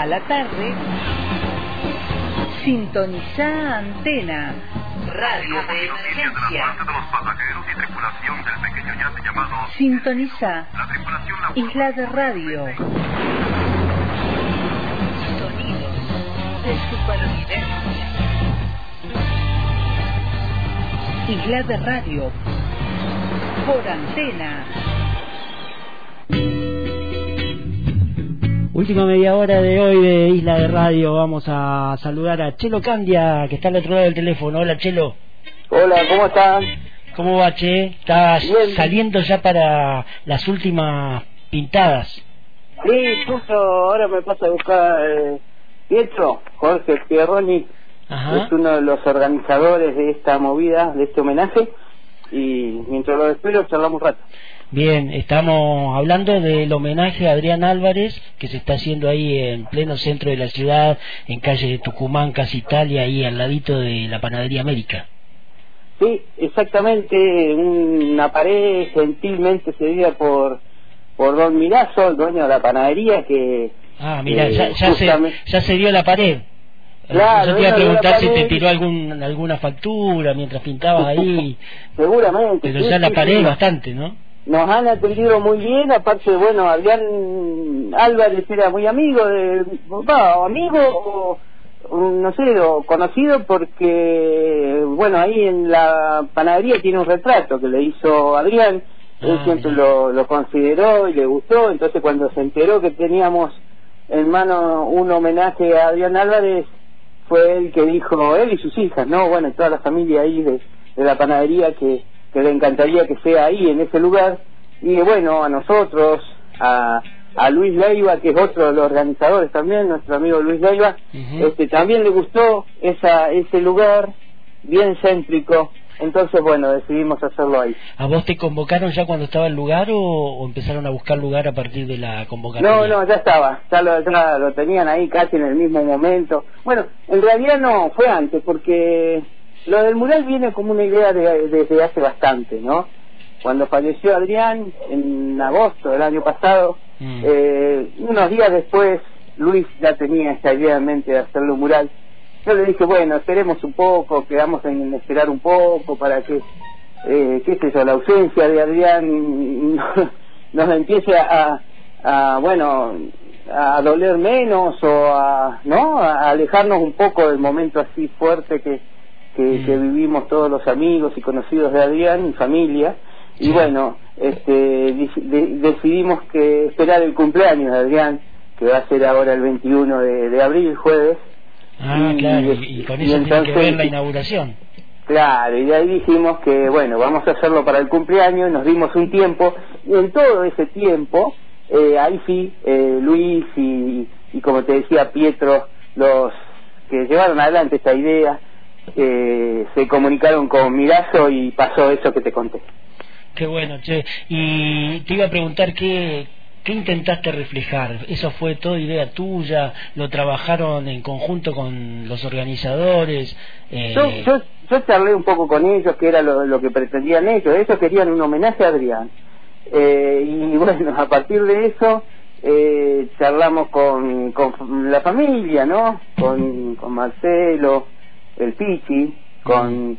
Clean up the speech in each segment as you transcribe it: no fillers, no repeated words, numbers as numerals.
a la tarde, sintoniza Antena, radio de emergencia. Sintoniza Isla de Radio. Sonidos de supervivencia. Isla de Radio por Antena. Última media hora de hoy de Isla de Radio. Vamos a saludar a Chelo Candia, que está al otro lado del teléfono. Hola, Chelo. Hola, ¿cómo están? ¿Cómo va, Che? ¿Estás Bien. Saliendo ya para las últimas pintadas? Sí, justo ahora me pasa a buscar Pietro, Jorge Pierroni. Ajá. Es uno de los organizadores de esta movida, de este homenaje, y mientras lo espero charlamos un rato. Bien, estamos hablando del homenaje a Adrián Álvarez, que se está haciendo ahí en pleno centro de la ciudad, en calle de Tucumán, casi Italia, ahí al ladito de la Panadería América. Sí, exactamente, una pared gentilmente cedida por don Mirazo, el dueño de la panadería, que... Ah, mira, ya justamente... se dio la pared. Claro, yo te iba a preguntar si te pared... tiró alguna factura mientras pintabas ahí. Seguramente. Pero sí, ya la pared sí. Bastante, ¿no? Nos han atendido muy bien, aparte, bueno, Adrián Álvarez era muy amigo de... amigo o no sé, o conocido porque, bueno, ahí en la panadería tiene un retrato que le hizo Adrián. Él siempre lo consideró y le gustó, entonces cuando se enteró que teníamos en mano un homenaje a Adrián Álvarez, fue él que dijo, él y sus hijas, ¿no? Bueno, toda la familia ahí de la panadería que le encantaría que sea ahí, en ese lugar. Y bueno, a nosotros, a Luis Leiva, que es otro de los organizadores también, nuestro amigo Luis Leiva, también le gustó ese lugar bien céntrico. Entonces, bueno, decidimos hacerlo ahí. ¿A vos te convocaron ya cuando estaba el lugar o empezaron a buscar lugar a partir de la convocatoria? No, ya estaba, ya lo tenían ahí casi en el mismo momento. Bueno, en realidad no, fue antes, porque lo del mural viene como una idea desde hace bastante, ¿no? Cuando falleció Adrián, en agosto del año pasado, unos días después, Luis ya tenía esta idea en mente de hacerle un mural. Yo le dije, bueno, esperemos un poco, quedamos en esperar un poco para que, qué sé yo, la ausencia de Adrián nos empiece a doler menos o a alejarnos un poco del momento así fuerte que vivimos todos los amigos y conocidos de Adrián y familia. Y bueno, decidimos que esperar el cumpleaños de Adrián, que va a ser ahora el 21 de abril, jueves. Claro, y con eso entonces, tiene que ver la inauguración. Claro, y de ahí dijimos que, bueno, vamos a hacerlo para el cumpleaños, nos dimos un tiempo, y en todo ese tiempo, ahí sí, Luis y como te decía, Pietro, los que llevaron adelante esta idea, se comunicaron con Mirazo y pasó eso que te conté. Qué bueno, Che. Y te iba a preguntar ¿qué intentaste reflejar? ¿Eso fue toda idea tuya? ¿Lo trabajaron en conjunto con los organizadores? Yo charlé un poco con ellos, que era lo que pretendían ellos. Ellos querían un homenaje a Adrián. Y bueno, a partir de eso charlamos con la familia, ¿no? Con Marcelo, el Pichi, con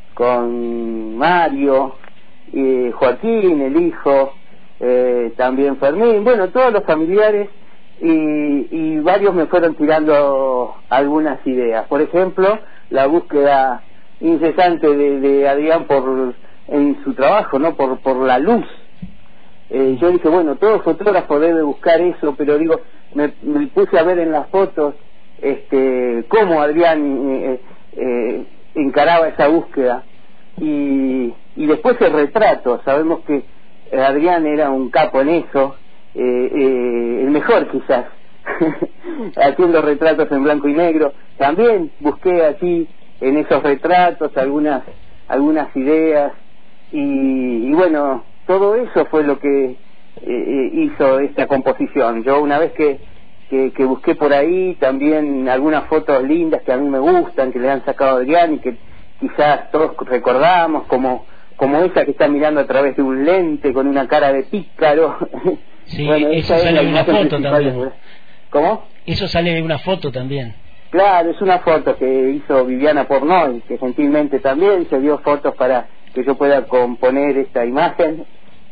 Mario, Joaquín, el hijo, también Fermín, bueno, todos los familiares, y varios me fueron tirando algunas ideas. Por ejemplo, la búsqueda incesante de Adrián en su trabajo, ¿no? Por la luz. Yo dije, bueno, todo fotógrafo debe buscar eso, pero digo, me puse a ver en las fotos cómo Adrián encaraba esa búsqueda, y después el retrato. Sabemos que Adrián era un capo en eso, el mejor quizás, haciendo retratos en blanco y negro. También busqué aquí en esos retratos algunas ideas, y bueno, todo eso fue lo que hizo esta composición. Yo una vez que busqué por ahí también algunas fotos lindas que a mí me gustan, que le han sacado a Adrián y que quizás todos recordamos, como esa que está mirando a través de un lente con una cara de pícaro. Sí, bueno, eso sale en una foto también. ¿Cómo? Eso sale de una foto también. Claro, es una foto que hizo Viviana Pornoy, que gentilmente también se dio fotos para que yo pueda componer esta imagen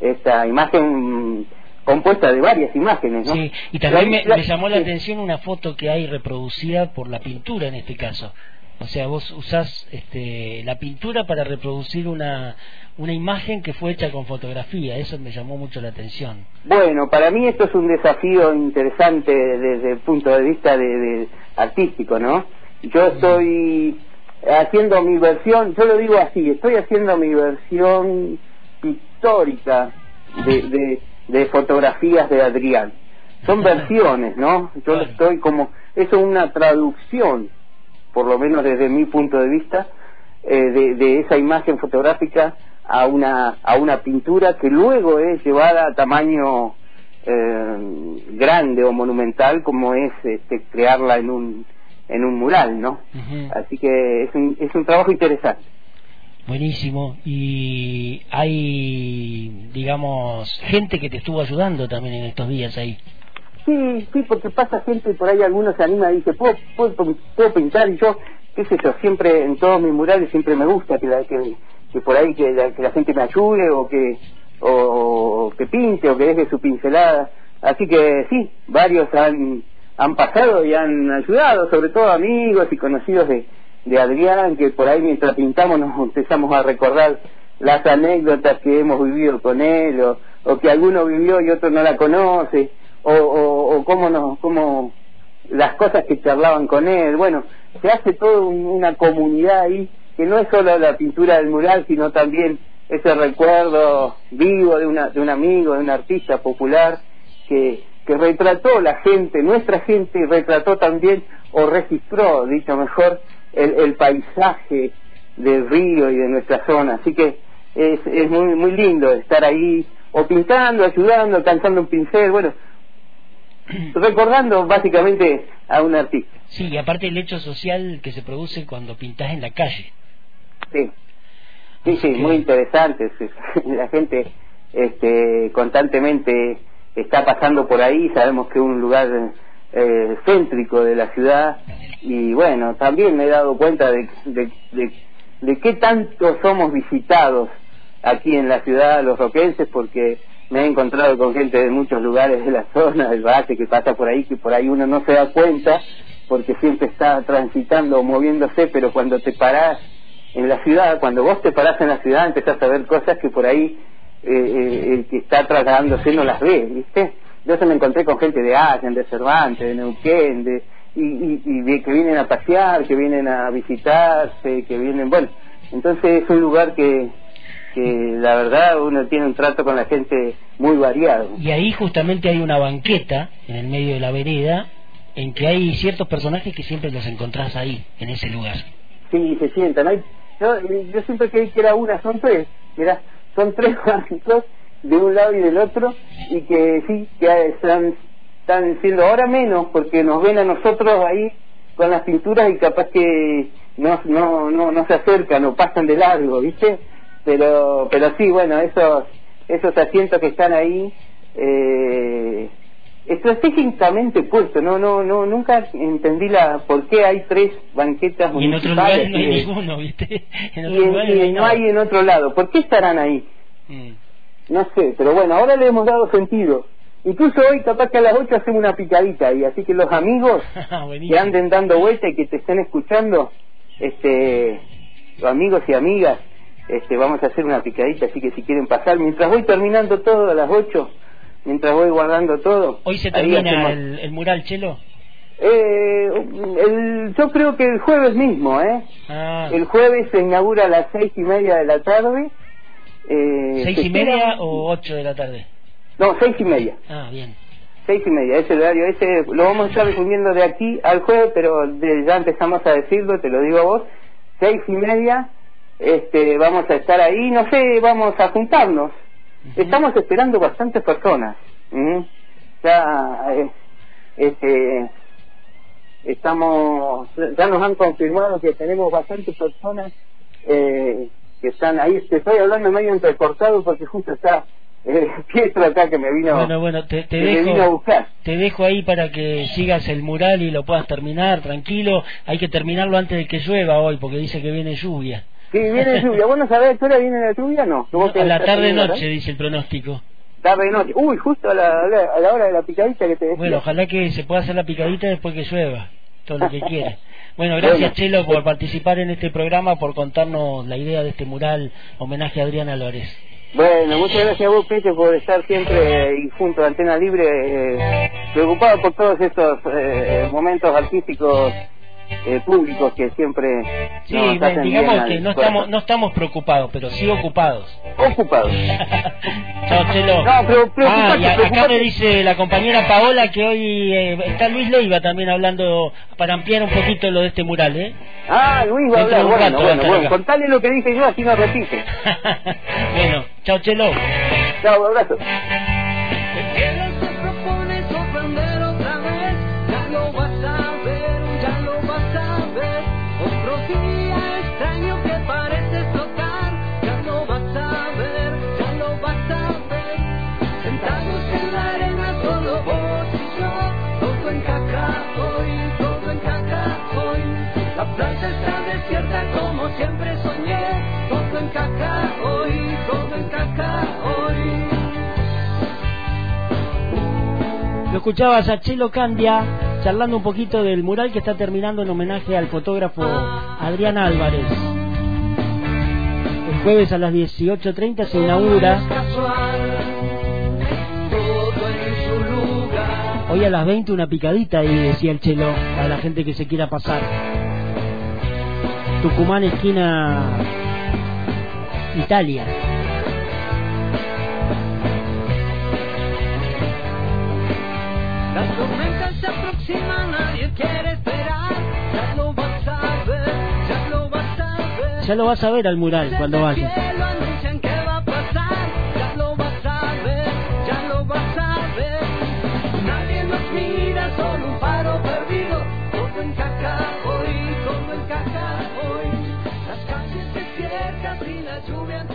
compuesta de varias imágenes, ¿no? Sí, y también me llamó la atención una foto que hay reproducida por la pintura en este caso. O sea, vos usás la pintura para reproducir una imagen que fue hecha con fotografía. Eso me llamó mucho la atención. Bueno, para mí esto es un desafío interesante desde el punto de vista de artístico, ¿no? Yo estoy haciendo mi versión, yo lo digo así, estoy haciendo mi versión pictórica de fotografías de Adrián. Son versiones, ¿no? Yo lo estoy como, eso es una traducción, por lo menos desde mi punto de vista, de esa imagen fotográfica a una pintura que luego es llevada a tamaño grande o monumental, como es crearla en un mural, ¿no? Así que es un trabajo interesante. Buenísimo. Y hay, digamos, gente que te estuvo ayudando también en estos días ahí. Sí, porque pasa gente, por ahí algunos se anima y dice, ¿puedo pintar? Y yo, qué sé yo, siempre en todos mis murales siempre me gusta que por ahí que la gente me ayude o que pinte o que deje su pincelada. Así que sí, varios han pasado y han ayudado, sobre todo amigos y conocidos de Adrián, que por ahí mientras pintamos nos empezamos a recordar las anécdotas que hemos vivido con él, o que alguno vivió y otro no la conoce, o cómo las cosas que charlaban con él. Bueno, se hace toda una comunidad ahí, que no es solo la pintura del mural, sino también ese recuerdo vivo de un amigo, de un artista popular que retrató la gente, nuestra gente, y retrató también, o registró, dicho mejor, el paisaje del río y de nuestra zona. Así que es muy, muy lindo estar ahí, o pintando, ayudando, alcanzando un pincel, bueno, recordando básicamente a un artista. Sí, y aparte el hecho social que se produce cuando pintás en la calle. Sí, muy interesante. La gente constantemente está pasando por ahí, sabemos que es un lugar céntrico de la ciudad, y bueno, también me he dado cuenta de qué tanto somos visitados aquí en la ciudad los roquenses, porque me he encontrado con gente de muchos lugares de la zona del valle que pasa por ahí, que por ahí uno no se da cuenta porque siempre está transitando o moviéndose, pero cuando te parás en la ciudad, cuando vos te parás en la ciudad, empezás a ver cosas que por ahí el que está trasladándose no las ve, ¿viste? Yo se me encontré con gente de Allen, de Cervantes, de Neuquén, y que vienen a pasear, que vienen a visitarse, que vienen, bueno, entonces es un lugar que la verdad uno tiene un trato con la gente muy variado. Y ahí justamente hay una banqueta en el medio de la vereda en que hay ciertos personajes que siempre los encontrás ahí, en ese lugar. Sí, se sientan. Yo siempre creí que era son tres bancos de un lado y del otro, y que sí, que están siendo ahora menos porque nos ven a nosotros ahí con las pinturas y capaz que no se acercan o pasan de largo, ¿viste? Pero sí, bueno, esos asientos que están ahí estratégicamente puestos, nunca entendí por qué hay tres banquetas municipales. Y en otro lugar no hay ninguno, ¿viste? Y no hay en otro lado. ¿Por qué estarán ahí? No sé, pero bueno, ahora le hemos dado sentido. Incluso hoy capaz que a las 8 hacemos una picadita ahí, así que los amigos que anden dando vuelta y que te estén escuchando, amigos y amigas, vamos a hacer una picadita, así que si quieren pasar, mientras voy terminando todo a las 8, mientras voy guardando todo. ¿Hoy se termina el mural, Chelo? Yo creo que el jueves mismo, el jueves se inaugura a las 6:30 de la tarde. ¿6:30 o 8 de la tarde? No, 6:30. Ah, bien. 6:30, ese horario, lo vamos a estar difundiendo de aquí al jueves, pero ya empezamos a decirlo, te lo digo a vos, 6:30, vamos a estar ahí, no sé, vamos a juntarnos. Estamos esperando bastantes personas. Ya ya nos han confirmado que tenemos bastantes personas que están ahí. Te estoy hablando medio entrecortado porque justo está Pietro acá que me vino, bueno, te me vino a buscar. Te dejo ahí para que sigas el mural y lo puedas terminar, tranquilo. Hay que terminarlo antes de que llueva hoy, porque dice que viene lluvia. Sí, viene lluvia. ¿Vos no sabés qué hora viene la lluvia? No. A la tarde-noche, dice el pronóstico. Tarde-noche. Uy, justo a la hora de la picadita que te decía. Bueno, ojalá que se pueda hacer la picadita después que llueva. Todo lo que quiere. Bueno, gracias Chelo por participar en este programa, por contarnos la idea de este mural homenaje a Adriana Álvarez. Bueno, muchas gracias a vos, Peche, por estar siempre y junto a Antena Libre, preocupado por todos estos momentos artísticos públicos que siempre sí, nos hacen digamos bien que no estamos preocupados, pero sí ocupados. Ocupados. Chao, Chelo. No, pero acá me dice la compañera Paola que hoy está Luis Leiva también hablando para ampliar un poquito lo de este mural, ¿eh? Ah, Luis va a hablar. Bueno, contale lo que dije yo, así no repite. Bueno, chao, Chelo. Chao, abrazo. Siempre soñé, todo encaja hoy, todo encaja hoy. Lo escuchabas a Chelo Candia charlando un poquito del mural que está terminando en homenaje al fotógrafo Adrián Álvarez. El jueves a las 18:30 se inaugura. Hoy a las 20 una picadita ahí, decía el Chelo, para la gente que se quiera pasar. Tucumán, esquina Italia. Las tormentas se aproximan, nadie quiere esperar. Ya lo vas a ver, ya lo vas a ver. Ya lo vas a ver al mural cuando vayas. Lo anuncian que va a pasar. Ya lo vas a ver, ya lo vas a ver. Nadie nos mira, solo un faro perdido. Todo encaja hoy, todo encaja hoy. Las calles desiertas y la lluvia.